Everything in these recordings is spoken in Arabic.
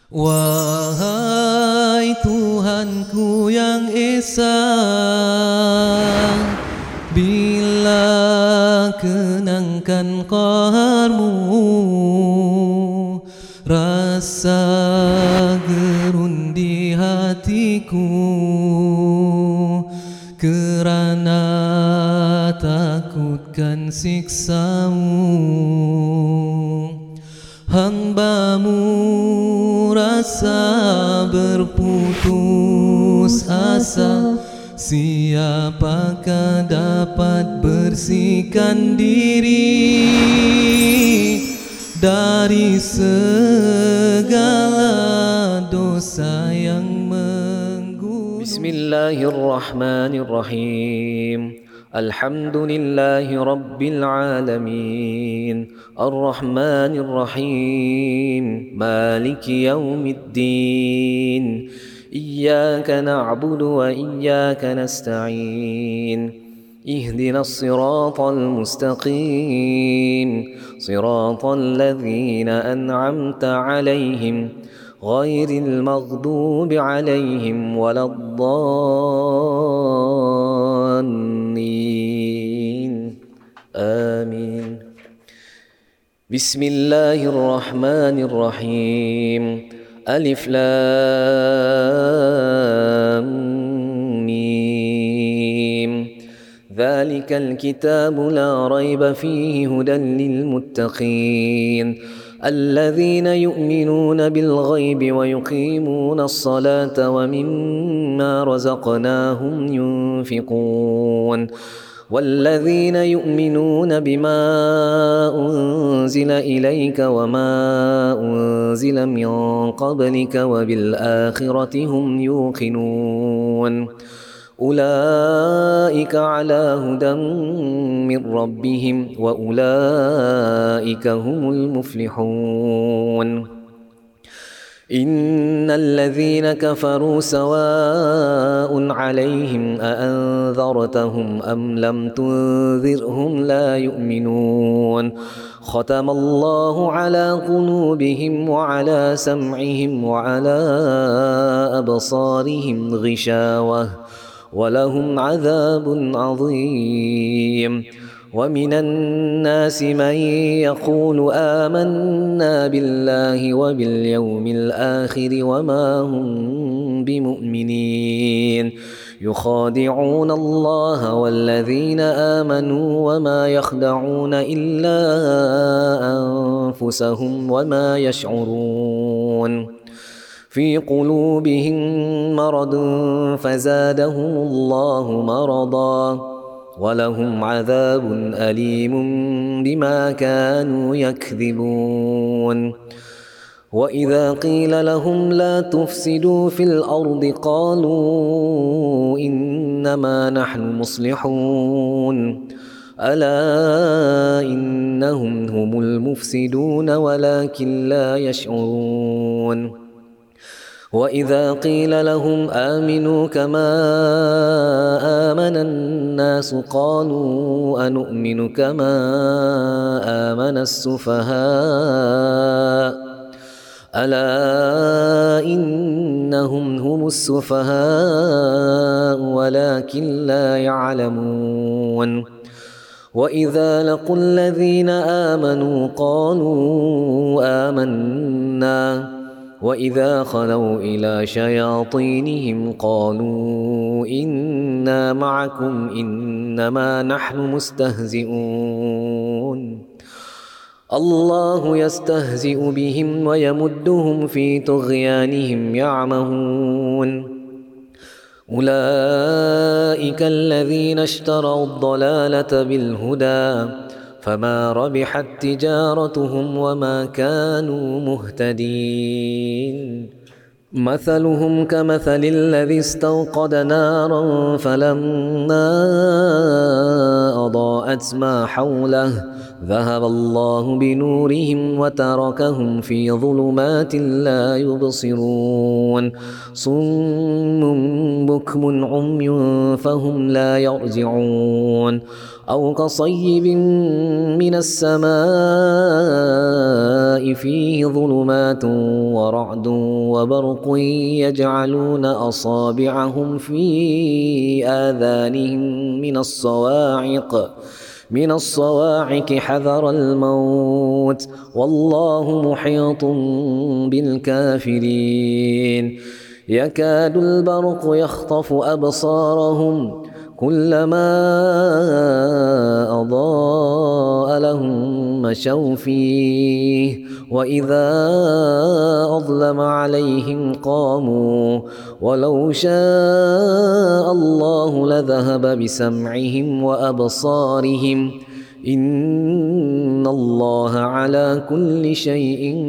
Wahai Tuhanku yang Esa, bila kenangkan qaharmu, rasa gerun di hatiku, kerana takutkan siksamu. Hambamu rasa berputus asa, siapakah dapat bersihkan diri dari segala dosa yang menggunung. Bismillahirrahmanirrahim. Alhamdulillahi Rabbil Alamin, Ar-Rahmanir Rahim, Maliki Yawmiddin. Iyyaka na'budu wa iyyaka nasta'in. Ihdinas siratal mustaqim, siratal ladzina an'amta 'alaihim ghairil maghdubi 'alaihim waladdallin. آمين. بسم الله الرحمن الرحيم. ألف لام ميم. ذلك الكتاب لا ريب فيه هدى للمتقين الذين يؤمنون بالغيب ويقيمون الصلاة ومما رزقناهم ينفقون والذين يؤمنون بما أنزل إليك وما أنزل من قبلك وبالآخرة هم يوقنون أولئك على هدى من ربهم وأولئك هم المفلحون إن الذين كفروا سواء عليهم أأنذرتهم أم لم تنذرهم لا يؤمنون ختم الله على قلوبهم وعلى سمعهم وعلى أبصارهم غشاوة ولهم عذاب عظيم ومن الناس من يقول آمنا بالله وباليوم الآخر وما هم بمؤمنين يخادعون الله والذين آمنوا وما يخدعون إلا أنفسهم وما يشعرون في قلوبهم مرض فزادهم الله مرضا ولهم عذاب أليم بما كانوا يكذبون وإذا قيل لهم لا تفسدوا في الأرض قالوا إنما نحن مصلحون ألا إنهم هم المفسدون ولكن لا يشعرون وإذا قيل لهم آمنوا كما آمن الناس قالوا أنؤمن كما آمن السفهاء ألا إنهم هم السفهاء ولكن لا يعلمون وإذا لقوا الذين آمنوا قالوا آمنا وإذا خلوا إلى شياطينهم قالوا إنا معكم إنما نحن مستهزئون الله يستهزئ بهم ويمدهم في طغيانهم يعمهون أولئك الذين اشتروا الضلالة بالهدى فما ربحت تجارتهم وما كانوا مهتدين مثلهم كمثل الذي استوقد نارا فلما أضاءت ما حوله ذهب الله بنورهم وتركهم في ظلمات لا يبصرون صم بكم عمي فهم لا يرجعون أو كصيب من السماء فيه ظلمات ورعد وبرق يجعلون أصابعهم في آذانهم من الصواعق حذر الموت والله محيط بالكافرين يكاد البرق يخطف أبصارهم كلما أضاء لهم مشوا فيه وإذا أظلم عليهم قاموا ولو شاء الله لذهب بسمعهم وأبصارهم إن الله على كل شيء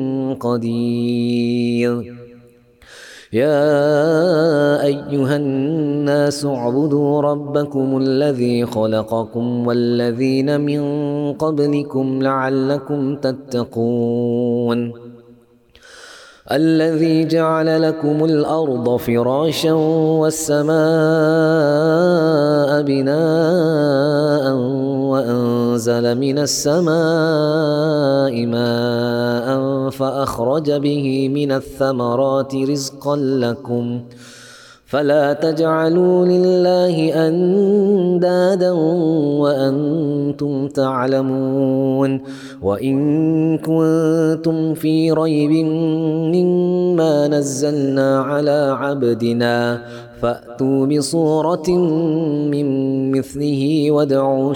قدير يا أيها الناس اعبدوا ربكم الذي خلقكم والذين من قبلكم لعلكم تتقون الذي جعل لكم الأرض فراشا والسماء بناء وأنزل من السماء ماء فأخرج به من الثمرات رزقا لكم فلا تجعلوا لله أندادا وأنتم تعلمون وإن كنتم في ريب مما نزلنا على عبدنا فأتوا بصورة من مثله وادعوا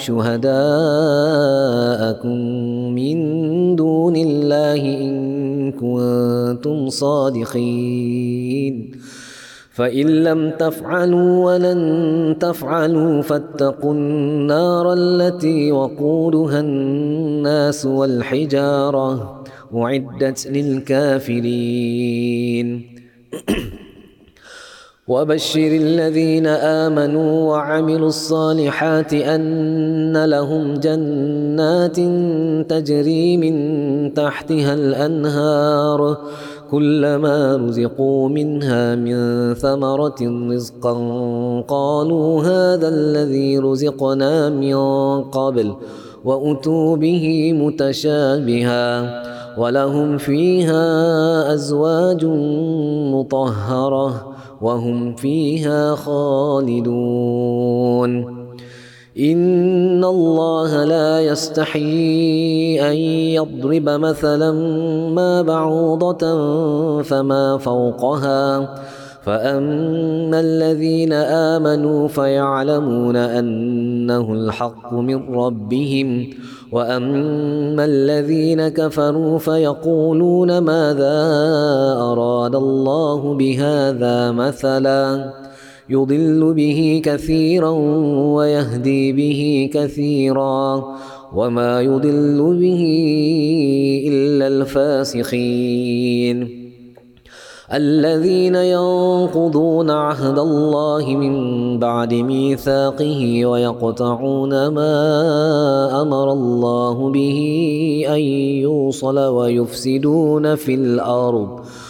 شهداءكم من دون الله إن كنتم صادقين فإن لم تفعلوا ولن تفعلوا فاتقوا النار التي وقودها الناس والحجارة أعدت للكافرين وبشر الذين آمنوا وعملوا الصالحات أن لهم جنات تجري من تحتها الأنهار كلما رزقوا منها من ثمرة رزقا قالوا هذا الذي رزقنا من قبل وأتوا به متشابها ولهم فيها أزواج مطهرة وهم فيها خالدون إن الله لا يستحيي أن يضرب مثلا ما بعوضة فما فوقها فأما الذين آمنوا فيعلمون أنه الحق من ربهم وأما الذين كفروا فيقولون ماذا أراد الله بهذا مثلا يضل به كثيرا ويهدي به كثيرا وما يضل به إلا الفاسقين الذين ينقضون عهد الله من بعد ميثاقه ويقطعون ما أمر الله به أن يوصل ويفسدون في الأرض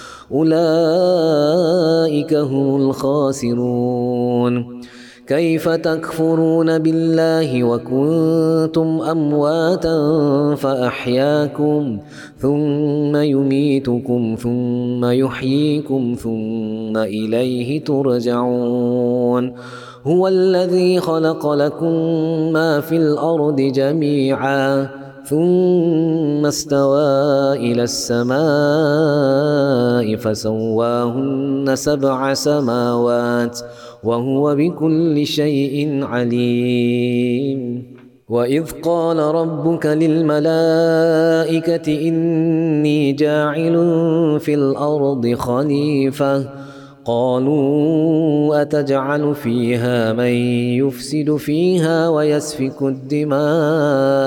أولئك هم الخاسرون كيف تكفرون بالله وكنتم أمواتا فأحياكم ثم يميتكم ثم يحييكم ثم إليه ترجعون هو الذي خلق لكم ما في الأرض جميعا ثم استوى إلى السماء فسواهن 7 سماوات وهو بكل شيء عليم وإذ قال ربك للملائكة إني جاعل في الأرض خليفة قالوا أتجعل فيها من يفسد فيها ويسفك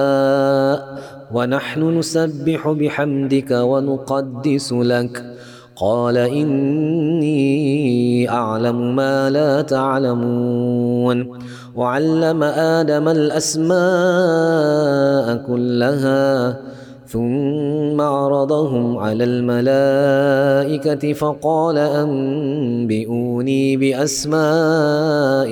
الدماء ونحن نسبح بحمدك ونقدس لك قال إني أعلم ما لا تعلمون وعلم آدم الأسماء كلها ثم عرضهم على الملائكة فقال أنبئوني بأسماء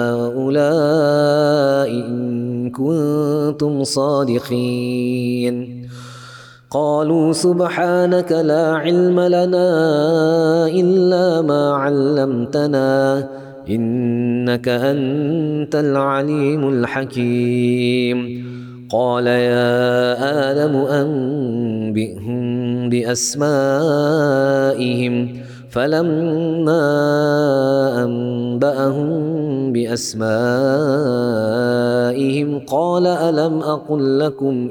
هؤلاء إن كنتم صادقين قالوا سبحانك لا علم لنا إلا ما علمتنا إنك أنت العليم الحكيم قال يا آدم أنبئهم بأسمائهم فلما أنبأهم بأسمائهم قال ألم أقل لكم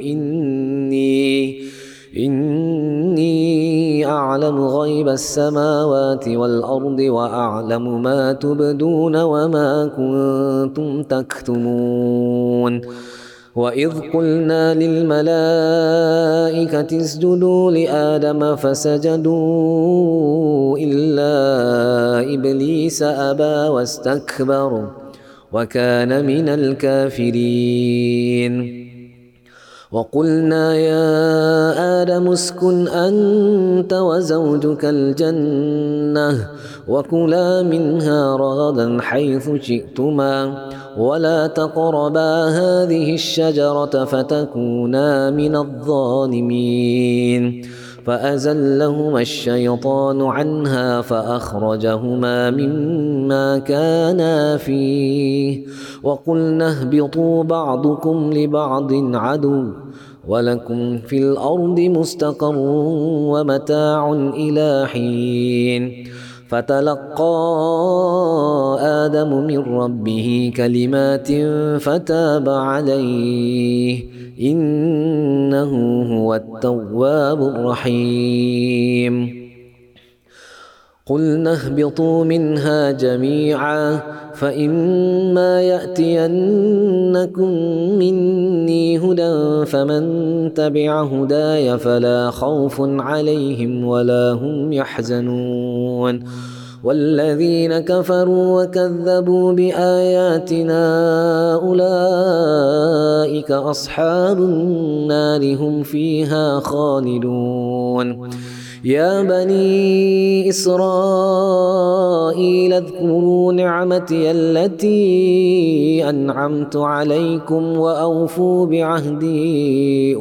إني أعلم غيب السماوات والأرض وأعلم ما تبدون وما كنتم تكتمون وإذ قلنا للملائكة اسجدوا لآدم فسجدوا إلا إبليس أبى واستكبر وكان من الكافرين وقلنا يا آدم اسكن أنت وزوجك الجنة وكلا منها رغدا حيث شئتما ولا تقربا هذه الشجرة فتكونا من الظالمين فأزلهما الشيطان عنها فأخرجهما مما كانا فيه وقلنا اهبطوا بعضكم لبعض عدو ولكم في الأرض مستقر ومتاع إلى حين فتلقى آدم من ربه كلمات فتاب عليه إنه هو التواب الرحيم قلنا اهبطوا منها جميعا فإما يأتينكم مني هدى فمن تبع هداي فلا خوف عليهم ولا هم يحزنون والذين كفروا وكذبوا بآياتنا أولئك أصحاب النار هم فيها خالدون يا بني إسرائيل اذكروا نعمتي التي أنعمت عليكم وأوفوا بعهدي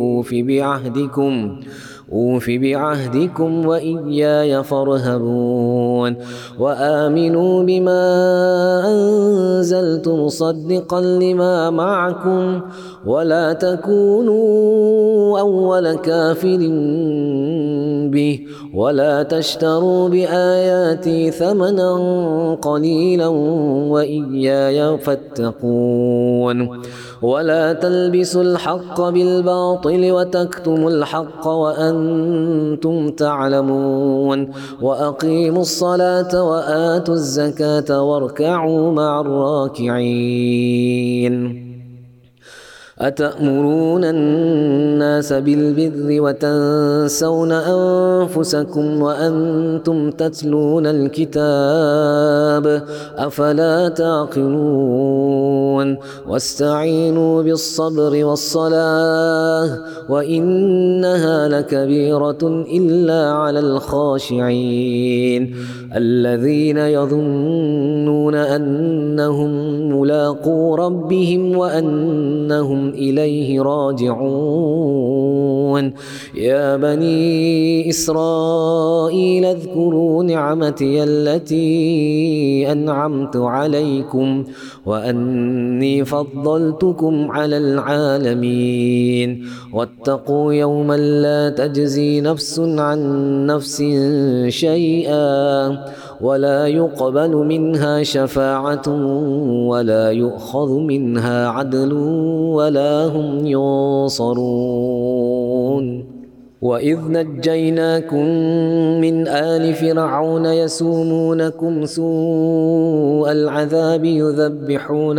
أوف بعهدكم وإياي فارهبون وآمنوا بما أنزلت مصدقا لما معكم ولا تكونوا أول كافر به ولا تشتروا بآياتي ثمنا قليلا وإياي فاتقون ولا تلبسوا الحق بالباطل وتكتموا الحق وأنتم تعلمون وأقيموا الصلاة وآتوا الزكاة واركعوا مع الراكعين أتأمرون الناس بالبر وتنسون أنفسكم وأنتم تتلون الكتاب أفلا تعقلون واستعينوا بالصبر والصلاة وإنها لكبيرة إلا على الخاشعين الذين يظنون أنهم ملاقو ربهم وأنهم إليه راجعون يا بني إسرائيل اذكروا نعمتي التي أنعمت عليكم وأني فضلتكم على العالمين واتقوا يوما لا تجزي نفس عن نفس شيئا ولا يقبل منها شفاعة ولا يؤخذ منها عدل ولا هم ينصرون وإذ نجيناكم من آل فرعون يسومونكم سوء العذاب يذبحون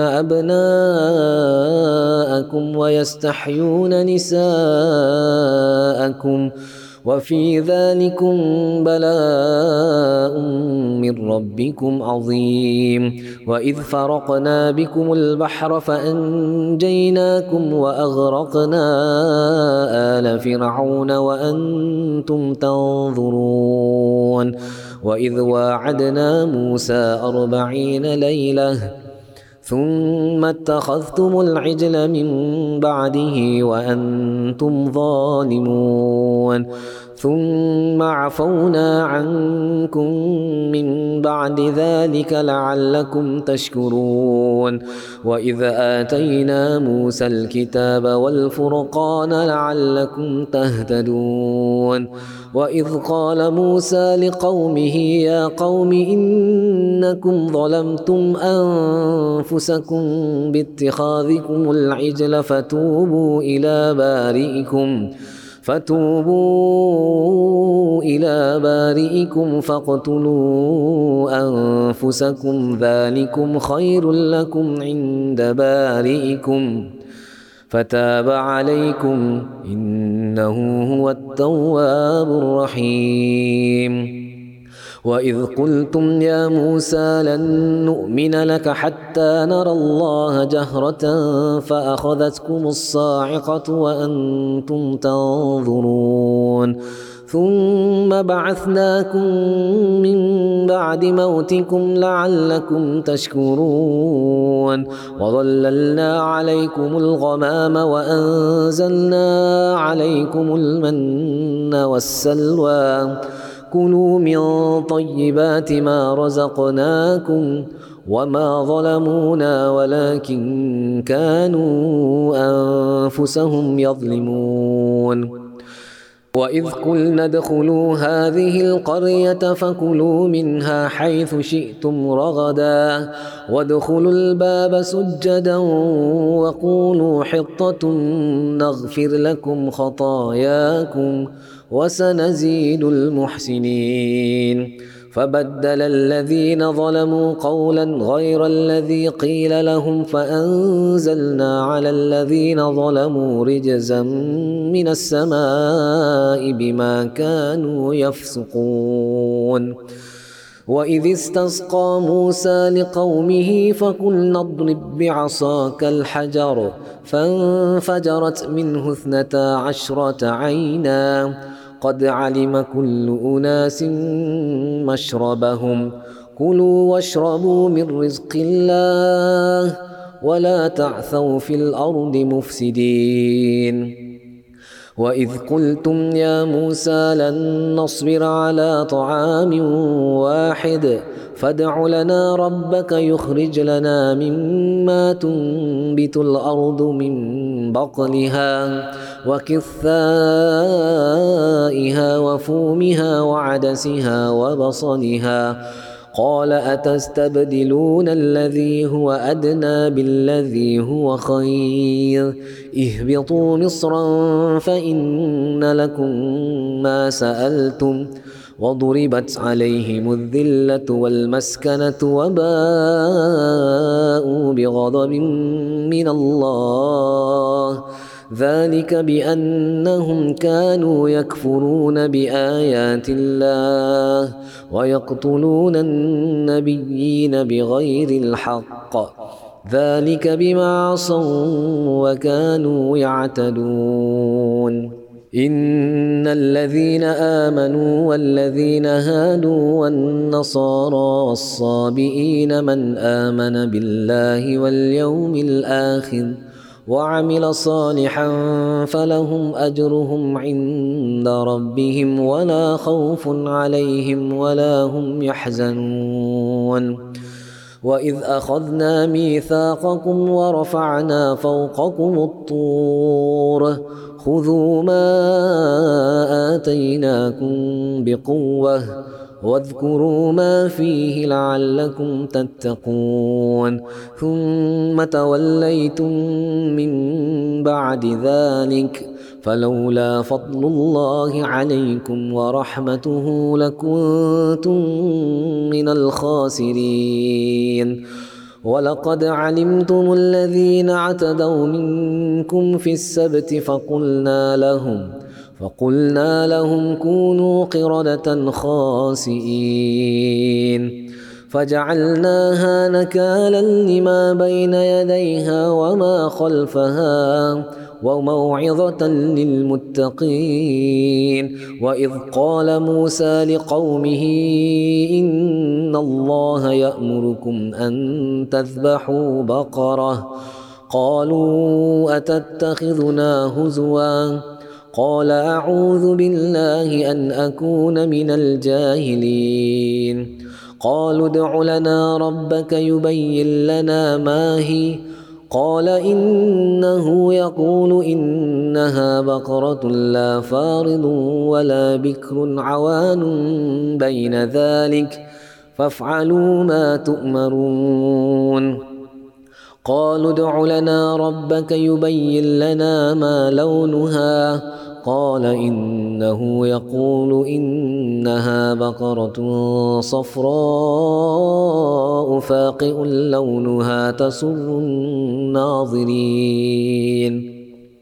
أبناءكم ويستحيون نساءكم وفي ذلكم بلاء من ربكم عظيم وإذ فرقنا بكم البحر فأنجيناكم وأغرقنا آل فرعون وأنتم تنظرون وإذ واعدنا موسى 40 ليلة ثم اتخذتم العجل من بعده وأنتم ظالمون ثم عفونا عنكم من بعد ذلك لعلكم تشكرون وإذ آتينا موسى الكتاب والفرقان لعلكم تهتدون وإذ قال موسى لقومه يا قوم إنكم ظلمتم أنفسكم باتخاذكم العجل فتوبوا إلى بارئكم فاقتلوا أنفسكم ذلكم خير لكم عند بارئكم فتاب عليكم إنه هو التواب الرحيم وإذ قلتم يا موسى لن نؤمن لك حتى نرى الله جهرة فأخذتكم الصاعقة وأنتم تنظرون ثم بعثناكم من بعد موتكم لعلكم تشكرون وظللنا عليكم الغمام وأنزلنا عليكم المن والسلوى كلوا من طيبات ما رزقناكم وما ظلمونا ولكن كانوا أنفسهم يظلمون وإذ قلنا ادخلوا هذه القرية فكلوا منها حيث شئتم رغدا وادخلوا الباب سجدا وقولوا حطة نغفر لكم خطاياكم وسنزيد المحسنين فبدل الذين ظلموا قولا غير الذي قيل لهم فأنزلنا على الذين ظلموا رجزا من السماء بما كانوا يفسقون وإذ استسقى موسى لقومه فقلنا اضرب بعصاك الحجر فانفجرت منه 12 عينا قد علم كل أناس مشربهم كلوا واشربوا من رزق الله ولا تعثوا في الأرض مفسدين وإذ قلتم يا موسى لن نصبر على طعام واحد فادع لنا ربك يخرج لنا مما تنبت الأرض من بقلها وكثائها وفومها وعدسها وبصلها قال أتستبدلون الذي هو أدنى بالذي هو خير اهبطوا مصرا فإن لكم ما سألتم وضربت عليهم الذلة والمسكنة وباءوا بغضب من الله ذلك بأنهم كانوا يكفرون بآيات الله ويقتلون النبيين بغير الحق ذلك بما عصوا وكانوا يعتدون إن الذين آمنوا والذين هادوا والنصارى والصابئين من آمن بالله واليوم الآخر وعمل صالحا فلهم أجرهم عند ربهم ولا خوف عليهم ولا هم يحزنون وإذ أخذنا ميثاقكم ورفعنا فوقكم الطور خذوا ما آتيناكم بقوة واذكروا ما فيه لعلكم تتقون ثم توليتم من بعد ذلك فلولا فضل الله عليكم ورحمته لكنتم من الخاسرين ولقد علمتم الذين اعتدوا منكم في السبت فقلنا لهم كونوا قردة خاسئين فجعلناها نكالا لما بين يديها وما خلفها وموعظة للمتقين. وإذ قال موسى لقومه إن الله يأمركم أن تذبحوا بقرة قالوا أتتخذنا هزوا قال أعوذ بالله أن أكون من الجاهلين. قالوا ادع لنا ربك يبين لنا ما هي قال إنه يقول إنها بقرة لا فارض ولا بكر عوان بين ذلك فافعلوا ما تؤمرون. قالوا ادع لنا ربك يبين لنا ما لونها قال إنه يقول إنها بقرة صفراء فاقع لونها تسر الناظرين.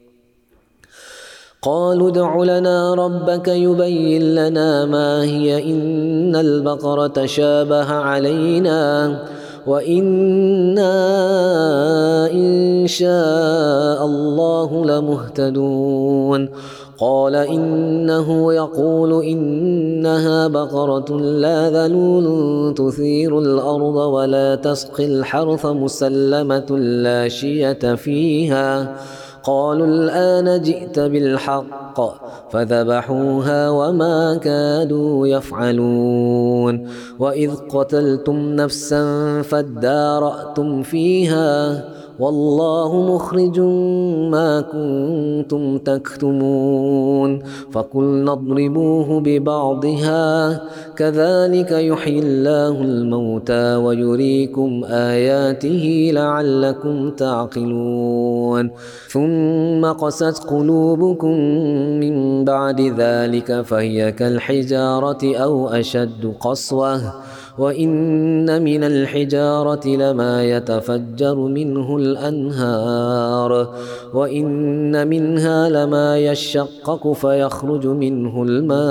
قالوا ادع لنا ربك يبين لنا ما هي إن البقرة شابه علينا وإنا إن شاء الله لمهتدون. قال إنه يقول إنها بقرة لا ذلول تثير الأرض ولا تسقي الحرث مسلمة لا شية فيها قالوا الآن جئت بالحق فذبحوها وما كادوا يفعلون. وإذ قتلتم نفسا فادارأتم فيها والله مخرج ما كنتم تكتمون. فقلنا اضربوه ببعضها كذلك يحيي الله الموتى ويريكم آياته لعلكم تعقلون. ثم قست قلوبكم من بعد ذلك فهي كالحجارة أو أشد قسوة وإن من الحجارة لما يتفجر منه الأنهار وإن منها لما يشقق فيخرج منه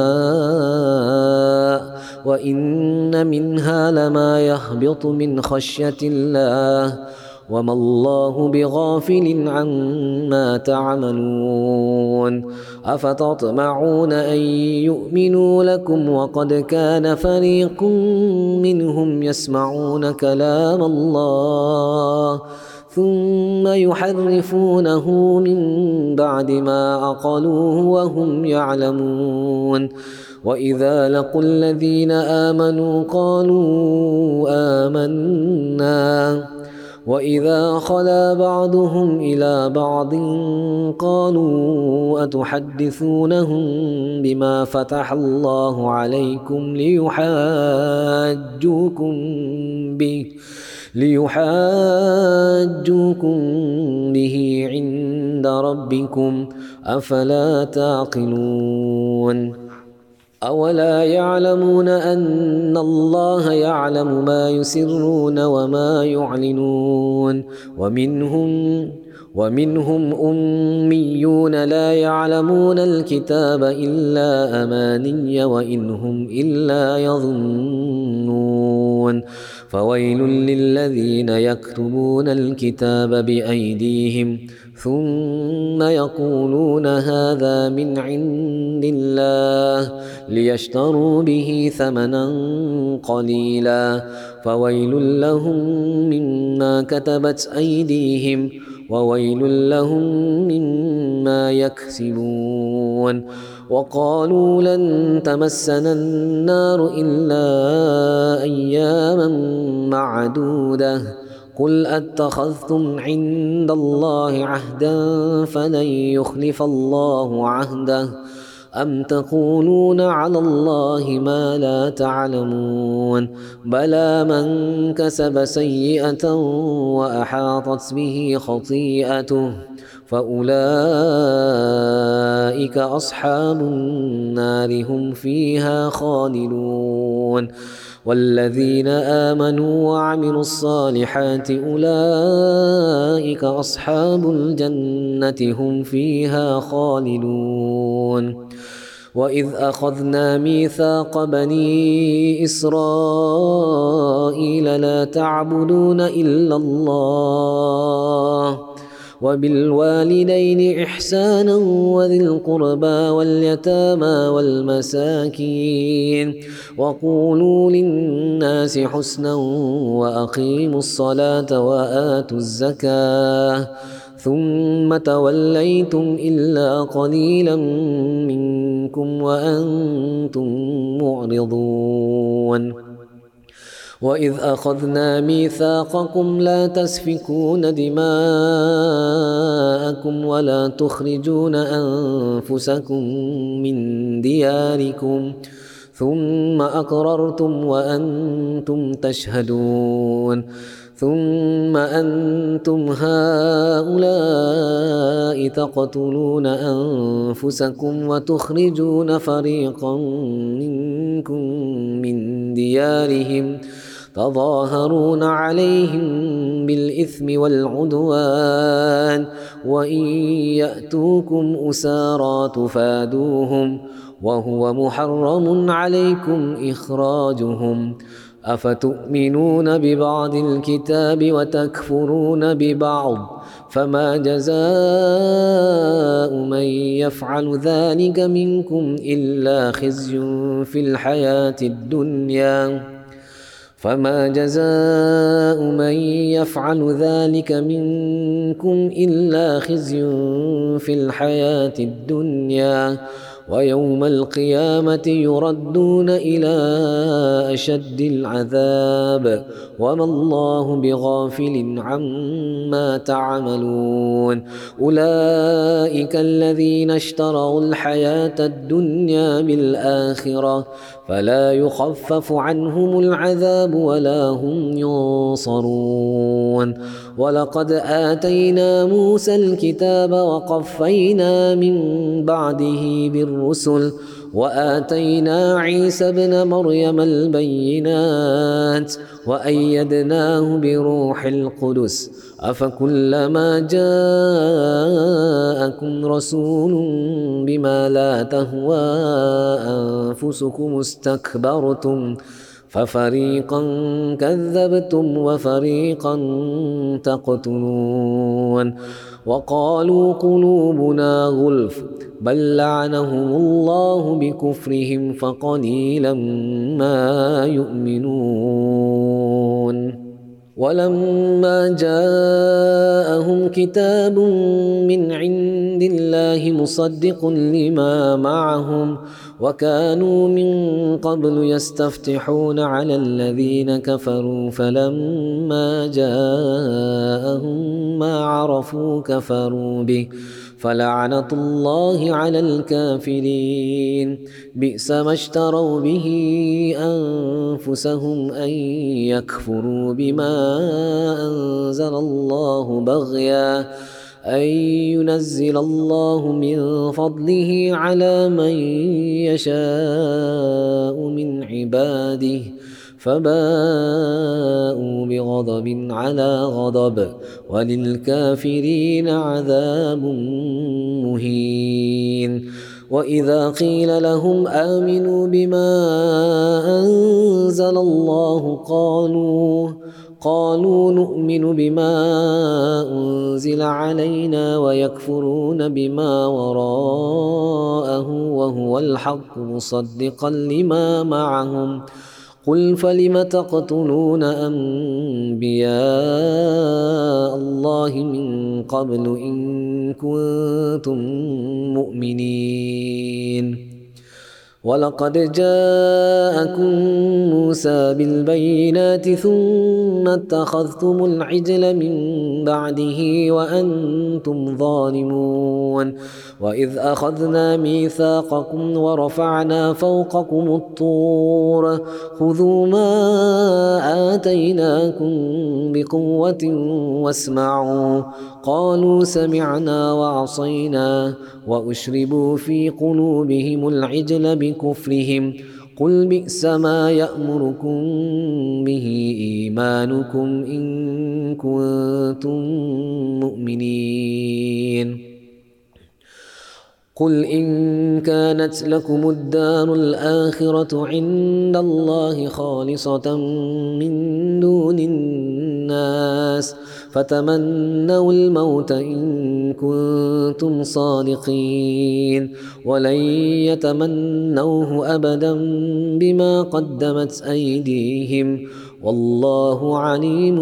الماء وإن منها لما يهبط من خشية الله وما الله بغافل عما تعملون. أفتطمعون أن يؤمنوا لكم وقد كان فريق منهم يسمعون كلام الله ثم يحرفونه من بعد ما عقلوه وهم يعلمون. وإذا لقوا الذين آمنوا قالوا آمنا وإذا خلا بعضهم إلى بعض قالوا أتحدثونهم بما فتح الله عليكم ليحاجوكم به عند ربكم أفلا تعقلون. أولا يعلمون أن الله يعلم ما يسرون وما يعلنون. ومنهم أميون لا يعلمون الكتاب إلا أماني وإن هم إلا يظنون. فويل للذين يكتبون الكتاب بأيديهم ثم يقولون هذا من عند الله ليشتروا به ثمنا قليلا فويل لهم مما كتبت أيديهم وويل لهم مما يكسبون. وقالوا لن تمسنا النار إلا أياما معدودة قل أتخذتم عند الله عهدا فلن يخلف الله عهده أم تقولون على الله ما لا تعلمون. بلى من كسب سيئة وأحاطت به خطيئته فأولئك أصحاب النار هم فيها خالدون. والذين آمنوا وعملوا الصالحات أولئك أصحاب الجنة هم فيها خالدون. وإذ أخذنا ميثاق بني إسرائيل لا تعبدون إلا الله وبالوالدين إحسانا وذي القربى واليتامى والمساكين وقولوا للناس حسنا وأقيموا الصلاة وآتوا الزكاة ثم توليتم إلا قليلا منكم وأنتم معرضون وإذ أخذنا ميثاقكم لا تسفكون دماءكم ولا تخرجون أنفسكم من دياركم ثم أقررتم وأنتم تشهدون ثم أنتم هؤلاء تقتلون أنفسكم وتخرجون فريقا منكم من ديارهم تظاهرون عليهم بالإثم والعدوان وإن يأتوكم أسارى تفادوهم وهو محرم عليكم إخراجهم أفتؤمنون ببعض الكتاب وتكفرون ببعض فما جزاء من يفعل ذلك منكم إلا خزي في الحياة الدنيا فما جزاء من يفعل ذلك منكم إلا خزي في الحياة الدنيا ويوم القيامة يردون إلى أشد العذاب وما الله بغافل عما تعملون أولئك الذين اشتروا الحياة الدنيا بالآخرة فلا يخفف عنهم العذاب ولا هم ينصرون ولقد آتينا موسى الكتاب وقفينا من بعده بالرسل وآتينا عيسى ابن مريم البينات وأيدناه بروح القدس أفكلما جاءكم رسول بما لا تهوى أنفسكم استكبرتم ففريقا كذبتم وفريقا تقتلون وقالوا قلوبنا غلف بل لعنهم الله بكفرهم فقليلا ما يؤمنون ولما جاءهم كتاب من عند الله مصدق لما معهم وكانوا من قبل يستفتحون على الذين كفروا فلما جاءهم ما عرفوا كفروا به فلعنة الله على الكافرين بئس ما اشتروا به أنفسهم أن يكفروا بما أنزل الله بغيا أن ينزل الله من فضله على من يشاء من عباده فباءوا بغضب على غضب وللكافرين عذاب مهين وإذا قيل لهم آمنوا بما أنزل الله قالوا نؤمن بما أنزل علينا ويكفرون بما وراءه وهو الحق مصدقا لما معهم قل فلم تقتلون أنبياء الله من قبل إن كنتم مؤمنين ولقد جاءكم موسى بالبينات ثم اتخذتم العجل من بعده وأنتم ظالمون وإذ أخذنا ميثاقكم ورفعنا فوقكم الطور خذوا ما آتيناكم بقوة واسمعوا قالوا سمعنا وعصينا وأشربوا في قلوبهم العجل بكفرهم قل بئس ما يأمركم به إيمانكم إن كنتم مؤمنين قل إن كانت لكم الدار الآخرة عند الله خالصة من دون الناس فتمنوا الموت إن كنتم صادقين ولن يتمنوه أبدا بما قدمت أيديهم والله عليم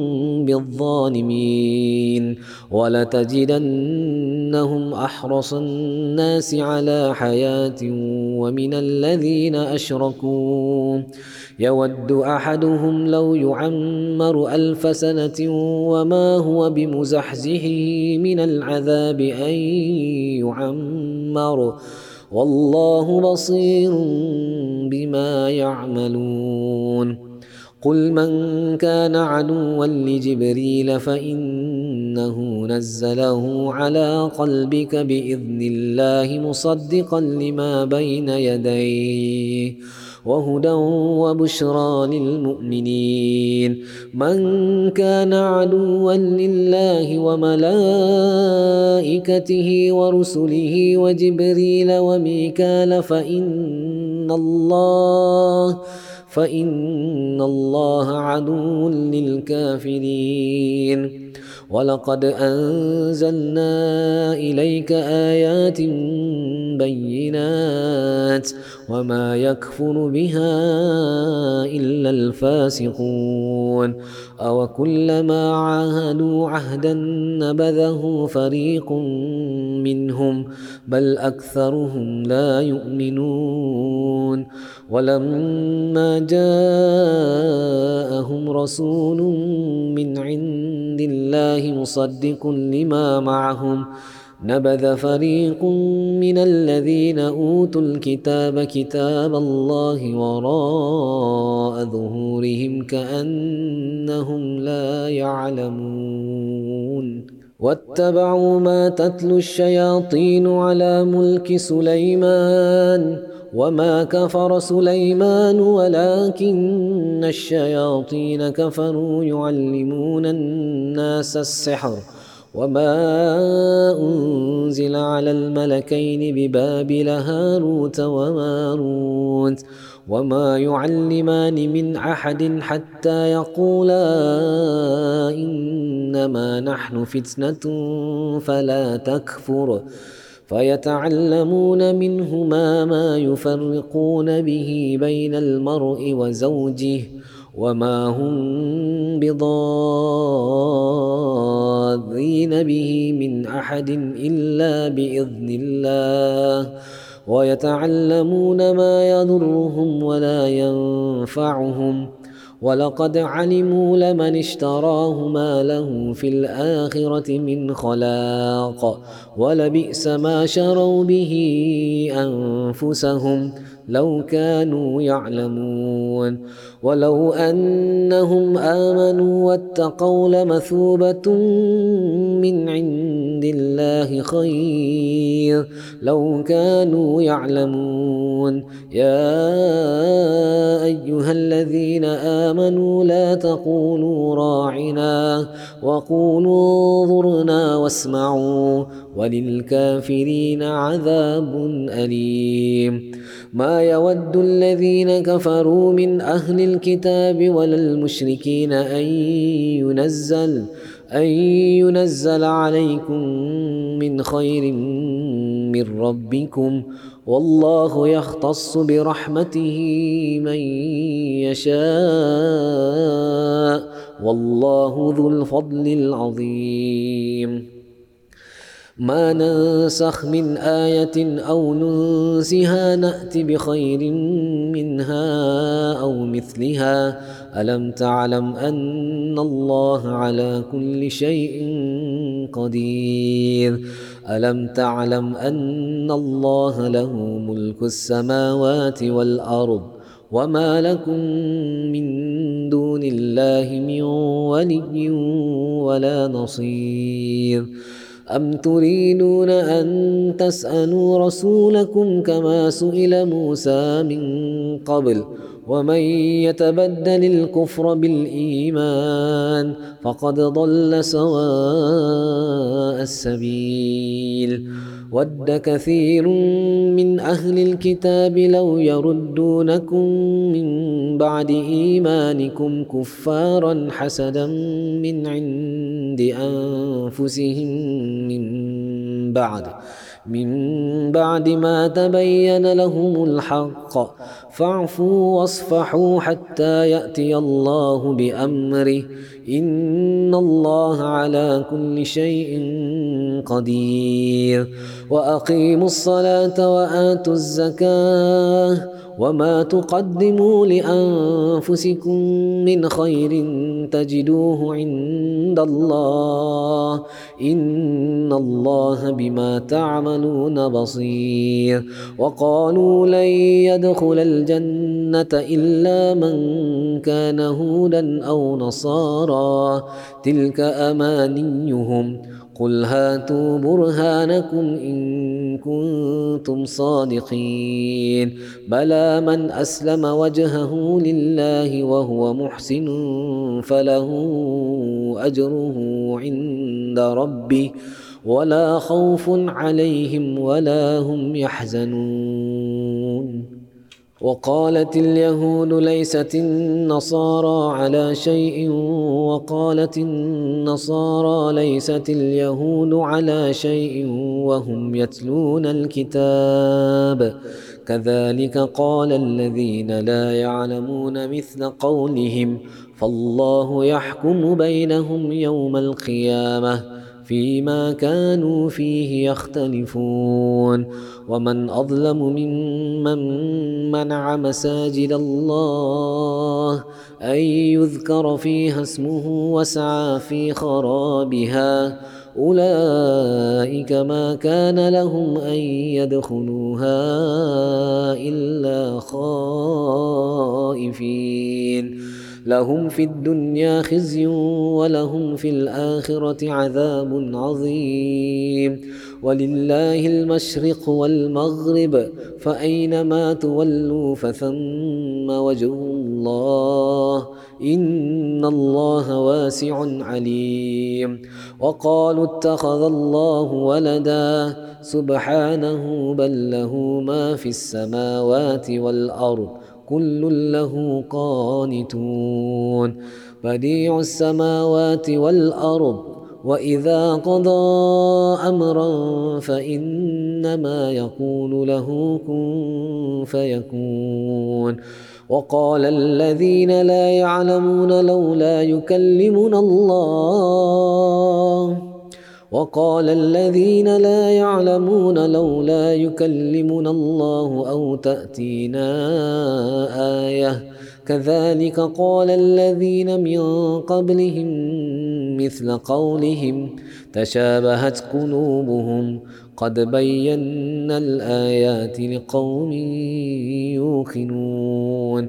بالظالمين ولتجدنهم أحرص الناس على حياة ومن الذين أشركوا يود أحدهم لو يعمر 1000 سنة وما هو بمزحزحه من العذاب أن يعمر والله بصير بما يعملون قل من كان عدوا لجبريل فإنه نزله على قلبك بإذن الله مصدقا لما بين يديه وهدى وبشرى للمؤمنين من كان عدوا لله وملائكته ورسله وجبريل وميكال فإن الله عدو للكافرين ولقد أنزلنا إليك آيات بينات وما يكفر بها إلا الفاسقون أو كلما عاهدوا عهدا نبذه فريق منهم بل أكثرهم لا يؤمنون ولما جاءهم رسول من عند الله مصدق لما معهم نبذ فريق من الذين أوتوا الكتاب كتاب الله وراء ظهورهم كأنهم لا يعلمون واتبعوا ما تتلو الشياطين على ملك سليمان وما كفر سليمان ولكن الشياطين كفروا يعلمون الناس السحر وما أنزل على الملكين ببابل هاروت وماروت وما يعلمان من أحد حتى يقولا إنما نحن فتنة فلا تكفر فيتعلمون منهما ما يفرقون به بين المرء وزوجه وما هم بضارين به من أحد إلا بإذن الله ويتعلمون ما يضرهم ولا ينفعهم ولقد علموا لمن اشتراه ما له في الآخرة من خلاق ولبئس ما شروا به أنفسهم لو كانوا يعلمون ولو أنهم آمنوا واتقوا لمثوبة من عند الله خير لو كانوا يعلمون يا أيها الذين آمنوا لا تقولوا راعنا وقولوا انظرنا واسمعوا وللكافرين عذاب أليم ما يود الذين كفروا من أهل الكتاب ولا المشركين أن ينزل عليكم من خير من ربكم والله يختص برحمته من يشاء والله ذو الفضل العظيم ما ننسخ من آية أو ننسها نأت بخير منها أو مثلها ألم تعلم أن الله على كل شيء قدير ألم تعلم أن الله له ملك السماوات والأرض وما لكم من دون الله من ولي ولا نصير أم تريدون أن تسألوا رسولكم كما سئل موسى من قبل ومن يتبدل الكفر بالإيمان فقد ضل سواء السبيل ود كثير من أهل الكتاب لو يردونكم من بعد إيمانكم كفارا حسدا من عند أنفسهم من بعد ما تبين لهم الحق فاعفوا واصفحوا حتى يأتي الله بأمره إن الله على كل شيء قدير وأقيموا الصلاة وآتوا الزكاة وما تقدموا لأنفسكم من خير تجدوه عند الله إن الله بما تعملون بصير وقالوا لن يدخل الجنة إلا من كان هودا أو نصارى تلك أمانيهم قل هاتوا برهانكم إن كنتم صادقين بلى من أسلم وجهه لله وهو محسن فله أجره عند ربه ولا خوف عليهم ولا هم يحزنون وقالت اليهود ليست النصارى على شيء وقالت النصارى ليست اليهود على شيء وهم يتلون الكتاب كذلك قال الذين لا يعلمون مثل قولهم فالله يحكم بينهم يوم القيامة فيما كانوا فيه يختلفون ومن أظلم ممن منع مساجد الله أن يذكر فيها اسمه وسعى في خرابها أولئك ما كان لهم أن يدخلوها إلا خائفين لهم في الدنيا خزي ولهم في الآخرة عذاب عظيم ولله المشرق والمغرب فأينما تولوا فثم وجه الله إن الله واسع عليم وقالوا اتخذ الله ولدا سبحانه بل له ما في السماوات والأرض كل له قانتون بديع السماوات والأرض وإذا قضى أمرا فإنما يقول له كن فيكون وقال الذين لا يعلمون لولا يكلمنا الله أو تأتينا آية كذلك قال الذين من قبلهم مثل قولهم تشابهت قلوبهم قد بينا الآيات لقوم يوقنون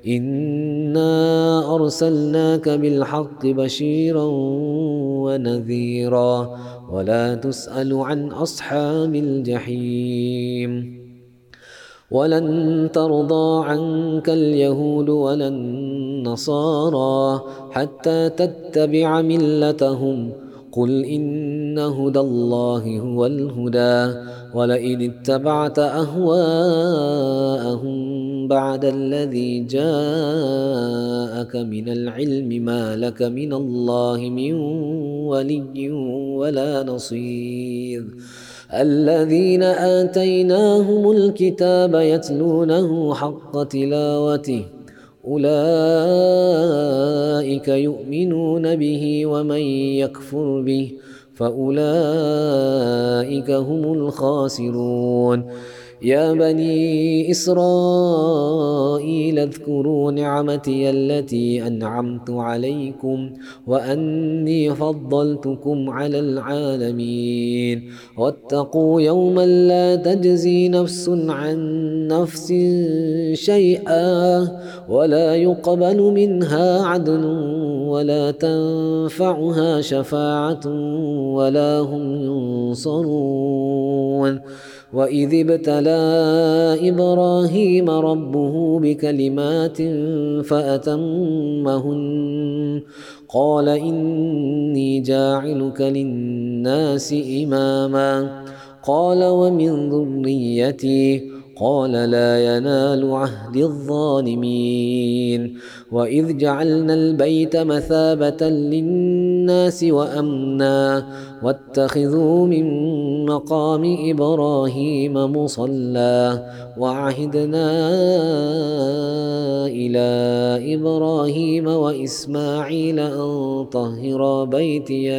إنا أرسلناك بالحق بشيرا ونذيرا ولا تسأل عن أصحاب الجحيم ولن ترضى عنك اليهود ولا النصارى حتى تتبع ملتهم قل إن هدى الله هو الهدى ولئن اتبعت أهواءهم بعد الذي جاءك من العلم ما لك من الله من ولي ولا نصير الذين آتيناهم الكتاب يتلونه حق تلاوته أولئك يؤمنون به ومن يكفر به فأولئك هم الخاسرون يا بني إسرائيل اذكروا نعمتي التي أنعمت عليكم وأني فضلتكم على العالمين واتقوا يوما لا تجزي نفس عن نفس شيئا ولا يقبل منها عدل ولا تنفعها شفاعة ولا هم ينصرون وإذ ابتلى إبراهيم ربه بكلمات فأتمهن قال إني جاعلك للناس إماما قال ومن ذريتي قال لا ينال عهد الظالمين وإذ جعلنا البيت مثابة للناس وأمنا واتخذوا من مقام إبراهيم مصلى وعهدنا إلى إبراهيم وإسماعيل أن طهرا بيتي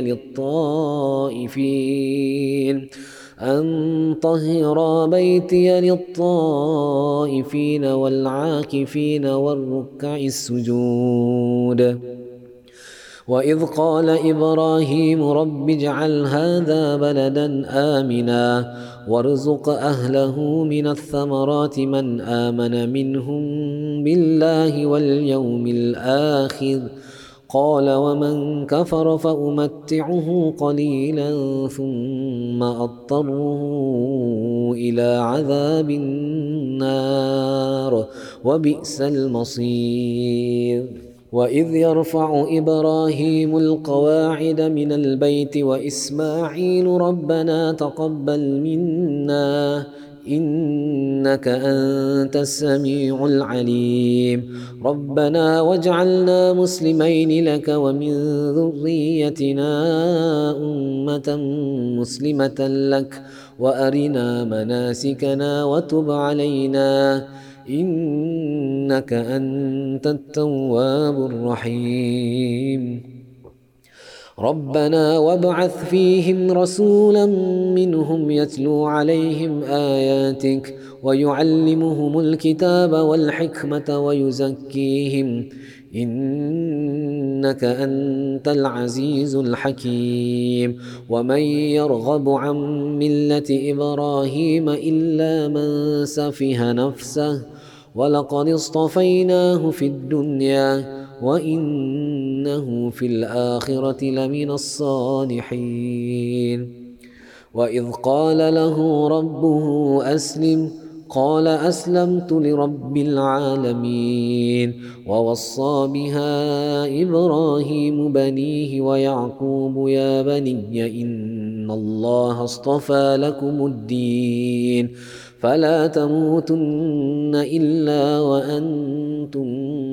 للطائفين والعاكفين والركع السجود وإذ قال إبراهيم رب اجعل هذا بلدا آمنا وارزق أهله من الثمرات من آمن منهم بالله واليوم الآخر قال ومن كفر فأمتعه قليلا ثم أضطره إلى عذاب النار وبئس المصير وإذ يرفع إبراهيم القواعد من البيت وإسماعيل ربنا تقبل منا إنك أنت السميع العليم ربنا واجعلنا مسلمين لك ومن ذريتنا أمة مسلمة لك وأرنا مناسكنا وتب علينا إنك أنت التواب الرحيم ربنا وابعث فيهم رسولا منهم يتلو عليهم آياتك ويعلمهم الكتاب والحكمة ويزكيهم إنك أنت العزيز الحكيم ومن يرغب عن ملة إبراهيم إلا من سفه نفسه ولقد اصطفيناه في الدنيا وإنه في الآخرة لمن الصالحين وإذ قال له ربه أسلم قال أسلمت لرب العالمين ووصى بها إبراهيم بنيه ويعقوب يا بني إن الله اصطفى لكم الدين فلا تموتن إلا وأنتم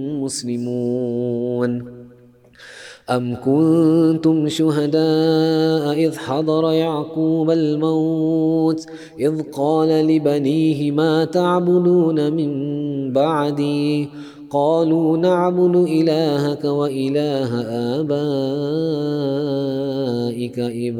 مسلمون أم كنتم شهداء إذ حضر يعقوب الموت إذ قال لبنيه ما تعبدون من بعدي قالوا نعبد إلهك وإله آبائك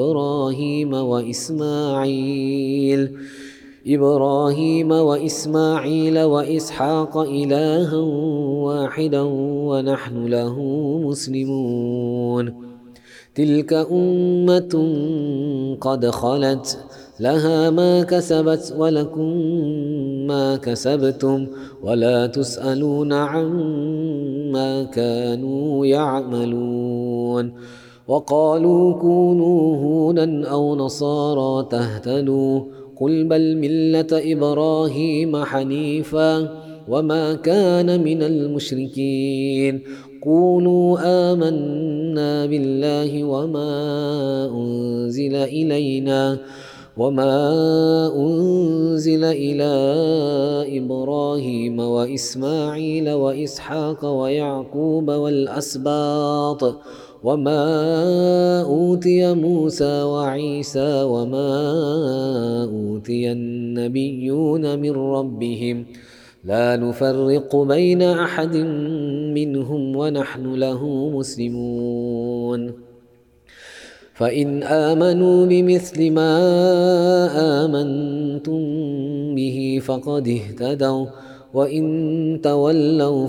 إبراهيم وإسماعيل وإسحاق إلها واحدا ونحن له مسلمون تلك أمة قد خلت لها ما كسبت ولكم ما كسبتم ولا تسألون عما كانوا يعملون وقالوا كونوا هودا أو نصارى تهتدوا قل بل ملة إبراهيم حنيفا وما كان من المشركين قولوا آمنا بالله وما أنزل إلى إبراهيم وإسماعيل وإسحاق ويعقوب والأسباط وما أوتي موسى وعيسى وما أوتي النبيون من ربهم لا نفرق بين أحد منهم ونحن له مسلمون فإن آمنوا بمثل ما آمنتم به فقد اهتدوا وإن تولوا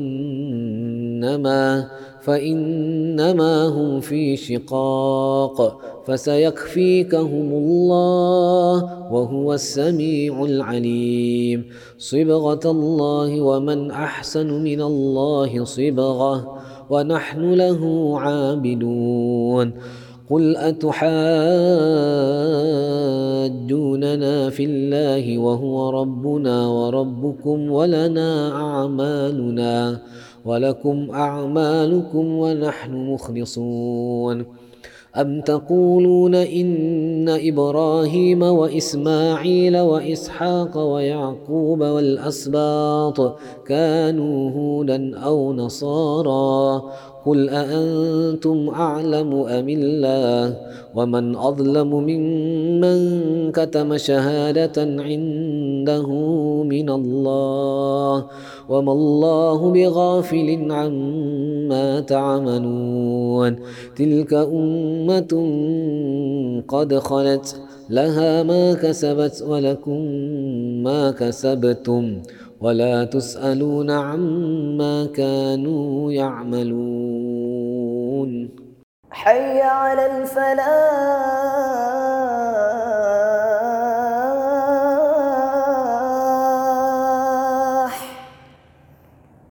فإنما هم في شقاق فسيكفيكهم الله وهو السميع العليم صبغة الله ومن أحسن من الله صبغة ونحن له عابدون قل أتحاجوننا في الله وهو ربنا وربكم ولنا أعمالنا ولكم أعمالكم ونحن مخلصون أم تقولون إن إبراهيم وإسماعيل وإسحاق ويعقوب والأسباط كانوا هودا أو نصارى قل أأنتم أعلم أم الله ومن أظلم ممن كتم شهادة عنده من الله وما الله بغافل عما تعملون تلك أمة قد خلت لها ما كسبت ولكم ما كسبتم ولا تسألون عما كانوا يعملون حي على الفلاح.